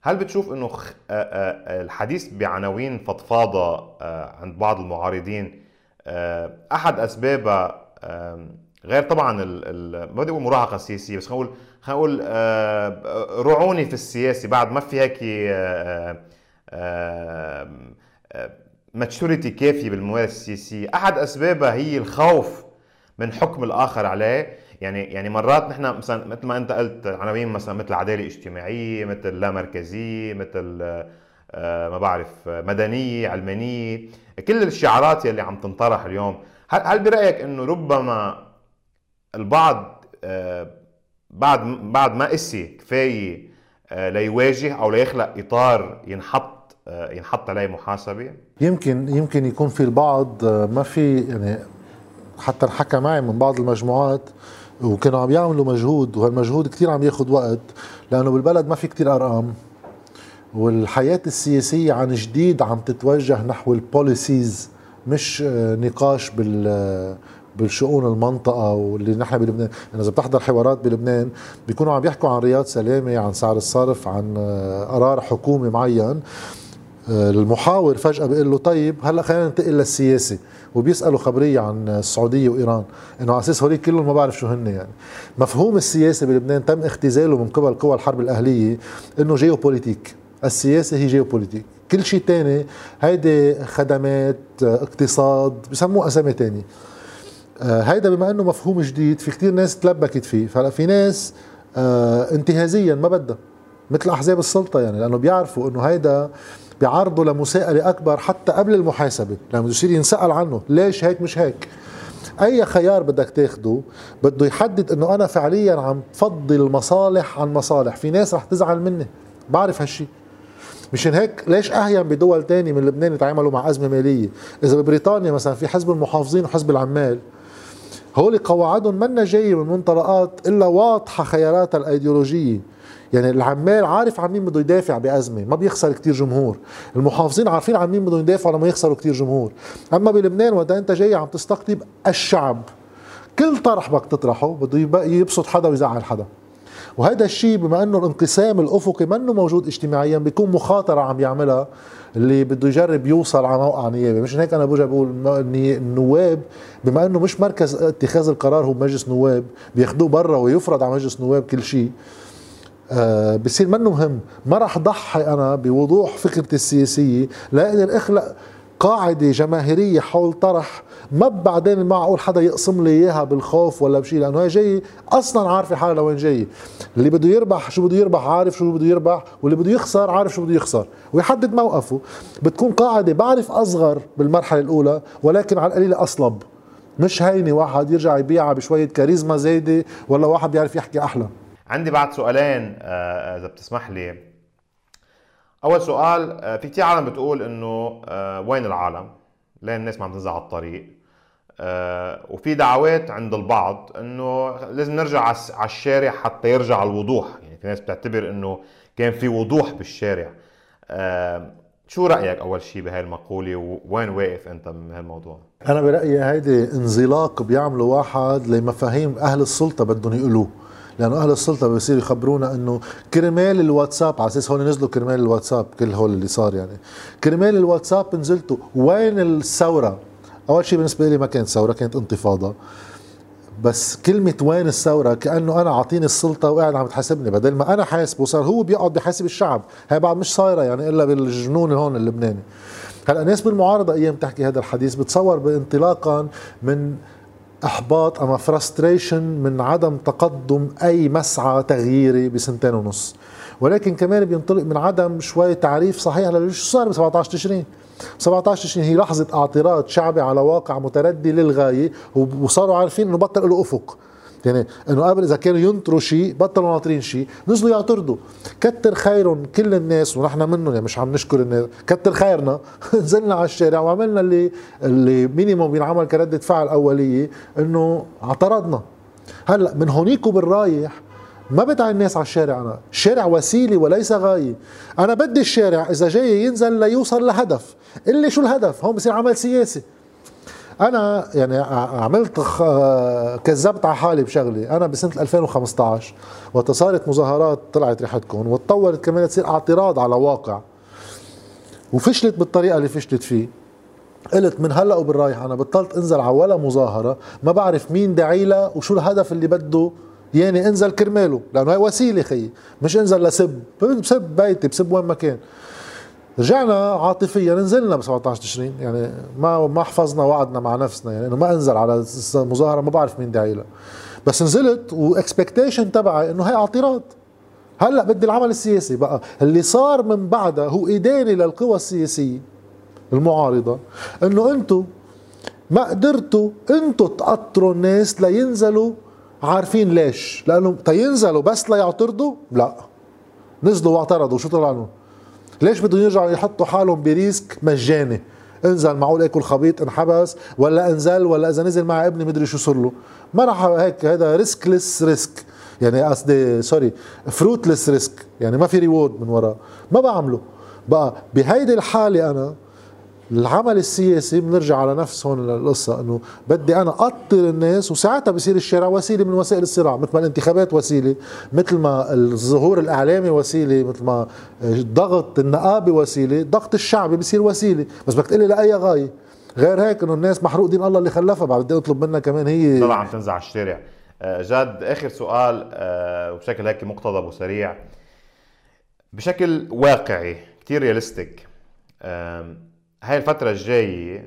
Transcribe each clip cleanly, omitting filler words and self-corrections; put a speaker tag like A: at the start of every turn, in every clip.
A: هل بتشوف انه الحديث بعناوين فضفاضة عند بعض المعارضين احد اسبابها، غير طبعا ما بدي اقول مراهقة سياسية، بس خلينا نقول رعوني في السياسي بعد ما في هيك ماتشوريتي كافية بالممارسة السياسية، احد اسبابها هي الخوف من حكم الاخر عليه. يعني مرات نحن مثلا مثل ما انت قلت عناوين مثلا مثل عداله اجتماعيه، مثل لا مركزيه، مثل ما بعرف مدنيه، علمانيه، كل الشعارات يلي عم تنطرح اليوم. هل برايك انه ربما البعض بعد ما قسي كفايه ليواجه او ليخلق اطار ينحط عليه محاسبه؟
B: يمكن يكون في البعض ما في يعني، حتى انحكى معي من بعض المجموعات وكانوا عم يعملوا مجهود، وهالمجهود كتير عم ياخد وقت لأنه بالبلد ما في كتير أرقام، والحياة السياسية عن جديد عم تتوجه نحو البوليسيز، مش نقاش بالشؤون المنطقة. واللي نحن بلبنان يعني إذا بتحضر حوارات بلبنان بيكونوا عم يحكوا عن رياض سلامة، عن سعر الصرف، عن قرار حكومي معين. المحاور فجأة بيقول له طيب هلا خلينا ننتقل للسياسة، وبيسألوا خبرية عن السعودية وإيران، إنه على أساس هوليك كلهم ما بعرف شو هن. يعني مفهوم السياسة بلبنان تم اختزاله من قبل قوى الحرب الأهلية إنه جيوبوليتيك، السياسة هي جيوبوليتيك، كل شيء تاني هيدي خدمات اقتصاد بسموه أسامي تاني. هيدا بما إنه مفهوم جديد في كتير ناس تلبكت فيه، فهلا في ناس انتهازيا ما بدها مثل أحزاب السلطة، يعني لأنه بيعرفوا إنه هيدا بيعرضوا لمساءلة أكبر حتى قبل المحاسبة، لما يصير ينسأل عنه ليش هيك مش هيك. أي خيار بدك تاخده بده يحدد إنه أنا فعليا عم بفضل المصالح عن مصالح. في ناس رح تزعل مني، بعرف هالشي، مشان هيك ليش أهين بدول تاني من لبنان يتعاملوا مع أزمة مالية. إذا ببريطانيا مثلا في حزب المحافظين وحزب العمال، هول قواعدهم منا جاية من منطلقات إلا واضحة خياراتها الأيديولوجية. يعني العمال عارف عن مين بده يدافع بأزمة ما بيخسر كتير جمهور، المحافظين عارفين عن مين بدهم يدافعوا لما يخسروا كتير جمهور. أما بلبنان وقت أنت جاي عم تستقطب الشعب، كل طرح بدك تطرحه بده يبسط حدا ويزعل حدا. وهذا الشيء بما انه الانقسام الافقي منه موجود اجتماعيا بيكون مخاطره عم يعملها اللي بده يجرب يوصل على موقع نيابي. مش هيك انا برجع بقول النواب بما انه مش مركز اتخاذ القرار هو مجلس نواب، بياخذوه برا ويفرض على مجلس نواب كل شيء. بصير منه مهم. ما راح ضحي انا بوضوح فكرتي السياسيه لاقدر اخلق قاعده جماهيريه حول طرح ما بعدين معقول حدا يقسم لي اياها بالخوف ولا بشيء، لانه هي جاي اصلا عارفه حالها لوين جاي. اللي بده يربح شو بده يربح، عارف شو بده يربح، واللي بده يخسر عارف شو بده يخسر ويحدد موقفه. بتكون قاعده بعرف اصغر بالمرحله الاولى ولكن على القليله اصلب، مش هيني واحد يرجع يبيعها بشويه كاريزما زايده ولا واحد بيعرف يحكي احلى.
A: عندي بعد سؤالين اذا بتسمح لي. اول سؤال، في كتير عالم بتقول انه وين العالم؟ ليه الناس ما عم تنزل على الطريق؟ وفي دعوات عند البعض انه لازم نرجع على الشارع حتى يرجع الوضوح. يعني في ناس بتعتبر انه كان في وضوح بالشارع. شو رأيك اول شيء بهاي المقولة، ووين واقف انت من هالموضوع؟
B: انا برأيي هيدي انزلاق بيعملوا واحد لمفاهيم اهل السلطة بدهم يقولوه، لانه اهل السلطة بيصير يخبرونا انه كرمال الواتساب، على اساس هون نزلوا كرمال الواتساب كل هول اللي صار، يعني كرمال الواتساب نزلتوا. وين الثورة؟ اول شيء بالنسبة لي ما كانت ثورة، كانت انتفاضة. بس كلمة وين الثورة كأنه أنا عاطيني السلطة وقاعد عم تحاسبني، بدل ما أنا حاسبه صار هو بيقعد بيحاسب الشعب. هي بعد مش صايرة يعني إلا بالجنون هون اللبناني. هلا ناس بالمعارضة أيام تحكي هذا الحديث بتصور بانطلاقا من إحباط أما فرستريشن من عدم تقدم أي مسعى تغييري بسنتين ونص، ولكن كمان بينطلق من عدم شوية تعريف صحيح لشو صار ب 17 تشرين. 17 تشرين هي لحظة اعتراض شعبي على واقع متردي للغاية، وصاروا عارفين انه بطل له افق. يعني انه قبل اذا كانوا ينطروا شيء بطلوا ناطرين شيء، نزلوا يعترضوا. كتر خيرهم كل الناس ونحن منهم، يعني مش عم نشكر الناس، كتر خيرنا نزلنا على الشارع وعملنا اللي مينيموم بينعمل كردة فعل اولية، انه اعترضنا. هلا من هونيك وبالرايح ما بدعي الناس على الشارع، أنا الشارع وسيلة وليس غاية. أنا بدي الشارع إذا جاي ينزل ليوصل لهدف، اللي شو الهدف؟ هون بصير عمل سياسي. انا يعني عملت كذبت على حالي بشغلي. انا بسنه 2015 وقت صارت مظاهرات طلعت ريحتكم وتطورت كمان تصير اعتراض على واقع وفشلت بالطريقه اللي فشلت فيه، قلت من هلا وبالرايح انا بطلت انزل على ولا مظاهره ما بعرف مين داعي لها وشو الهدف اللي بده يعني انزل كرماله، لانه هي وسيله خيي، مش انزل لسب، بسب بيتي بسب وين ما كان. رجعنا عاطفيا نزلنا ب 17 تشرين، يعني ما حفظنا وعدنا مع نفسنا، يعني انه ما انزل على مظاهره ما بعرف مين داعي لها، بس نزلت واكسبكتيشن تبعي انه هي اعتراض. هلا بدي العمل السياسي بقى اللي صار من بعدها هو اداني للقوى السياسيه المعارضه انه انتم ما قدرتوا انتم تقطروا الناس لينزلوا عارفين ليش، لانه تينزلوا بس ليعترضوا لا، نزلوا واعترضوا شو طلع لهم؟ ليش بدهم يرجعوا يحطوا حالهم بريسك مجاني؟ انزل معقول اكل خبيط انحبس، ولا انزل، ولا اذا نزل مع ابني مدري شو صار له، ما راح هيك، هذا ريسكلس ريسك، يعني قصدي سوري فروتلس ريسك، يعني ما في ريورد من وراه، ما بعمله. بقى بهيدي الحاله انا العمل السياسي بنرجع على نفس هون القصه، انه بدي انا اقطر الناس، وساعتها بصير الشارع وسيله من وسائل الصراع، مثل ما الانتخابات وسيله، مثل ما الظهور الاعلامي وسيله، مثل ما ضغط النقابه وسيله، ضغط الشعبي بصير وسيله، بس بدك تقلي لاي غايه غير هيك انه الناس محروق دين الله اللي خلفها، بعد بدي اطلب منها كمان هي
A: طلع عم تنزع على الشارع. جاد اخر سؤال وبشكل هيك مقتضب وسريع، بشكل واقعي كتير رياليستيك، هاي الفترة الجاية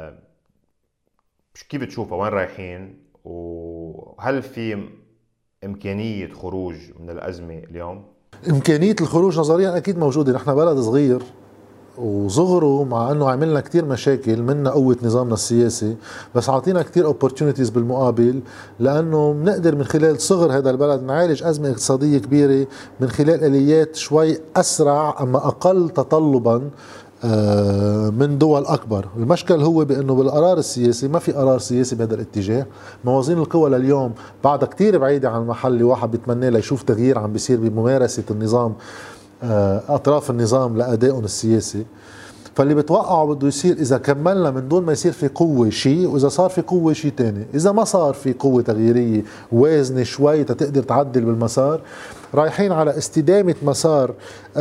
A: كيف بتشوفها؟ وين رايحين؟ وهل في إمكانية خروج من الأزمة اليوم؟
B: إمكانية الخروج نظريا أكيد موجودة، نحن بلد صغير وصغره مع انه عملنا كتير مشاكل منا قوة نظامنا السياسي، بس عطينا كتير opportunities بالمقابل، لانه بنقدر من خلال صغر هذا البلد نعالج ازمة اقتصادية كبيرة من خلال اليات شوي اسرع اما اقل تطلبا من دول اكبر. المشكل هو بانه بالقرار السياسي ما في قرار سياسي بهذا الاتجاه، موازين القوى لليوم بعدها كتير بعيدة عن المحل اللي واحد بيتمنى ليشوف تغيير عم بيصير بممارسة النظام، اطراف النظام لادائهم السياسي. فاللي بتوقعه بده يصير اذا كملنا من دون ما يصير في قوه شيء، واذا صار في قوه شيء تاني، اذا ما صار في قوه تغييريه وازنه شوي تقدر تعدل بالمسار، رايحين على استدامه مسار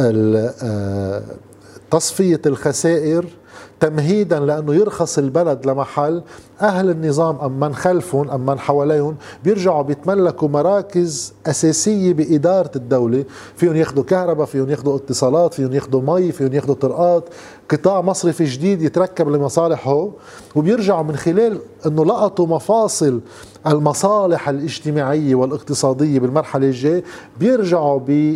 B: تصفيه الخسائر تمهيدا لانه يرخص البلد لمحل اهل النظام ام من خلفهم ام من حواليهم بيرجعوا بيتملكوا مراكز اساسيه باداره الدوله، فيهم ياخذوا كهرباء، فيهم ياخذوا اتصالات، فيهم ياخذوا مي، فيهم ياخذوا طرقات، قطاع مصرفي جديد يتركب لمصالحه، وبيرجعوا من خلال انه لقطوا مفاصل المصالح الاجتماعيه والاقتصاديه بالمرحله الجايه، بيرجعوا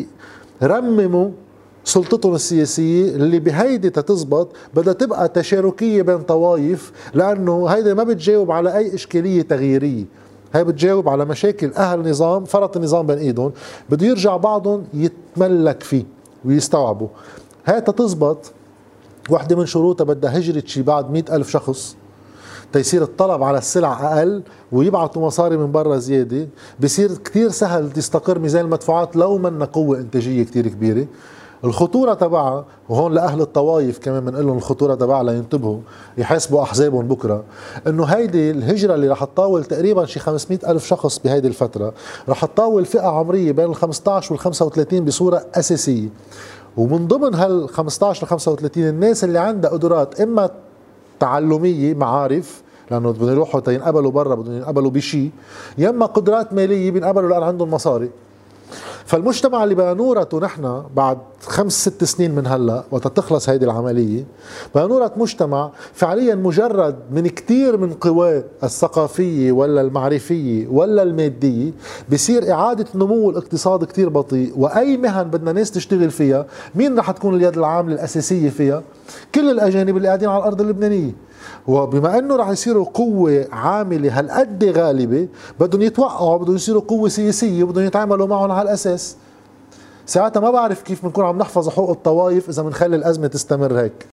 B: بيرمموا سلطتهم السياسية اللي بهيدي تتزبط بدها تبقى تشاركية بين طوائف، لأنه هيدي ما بتجاوب على أي إشكالية تغييرية، هي بتجاوب على مشاكل أهل نظام فرط النظام بين إيدهم، بده يرجع بعضهم يتملك فيه ويستوعبوا. هاي تتزبط واحدة من شروطها بدها هجرة شي بعد 100,000 شخص تيصير الطلب على السلع أقل ويبعثوا مصاري من برا زيادة، بصير كتير سهل تستقر ميزان المدفوعات لو منا قوة إنتاجية كتير كبيرة. الخطورة تبعها، وهون لأهل الطوائف كمان بنقول لهم الخطورة تبعها لينتبهوا يحاسبوا أحزابهم بكرة، إنه هيدي الهجرة اللي رح تطاول تقريبا شي 500,000 شخص بهيدي الفترة، رح تطاول فئة عمرية بين ال 15 وال 35 بصورة أساسية، ومن ضمن هال 15 ل 35 الناس اللي عندها قدرات إما تعلمية معارف، لأنه بدهم يروحوا تينقبلوا برا بدهم ينقبلوا بشي، يما قدرات مالية بينقبلوا لأن عندهم مصاري. فالمجتمع اللي بنورته نحن بعد 5-6 سنين من هلا وقت تخلص هيدي العمليه، بنورة مجتمع فعليا مجرد من كتير من قواه الثقافيه ولا المعرفيه ولا الماديه بصير اعاده نمو الاقتصاد كتير بطيء، واي مهن بدنا ناس تشتغل فيها مين رح تكون اليد العامله الاساسيه فيها؟ كل الاجانب اللي قاعدين على الارض اللبنانيه. وبما انه رح يصيروا قوة عاملة هالقد غالبة بدهم يتوقعوا، بدهم يصيروا قوة سياسية وبدهم يتعاملوا معهم على هالاساس. ساعتها ما بعرف كيف بنكون عم نحفظ حقوق الطوائف اذا بنخلي الازمة تستمر هيك.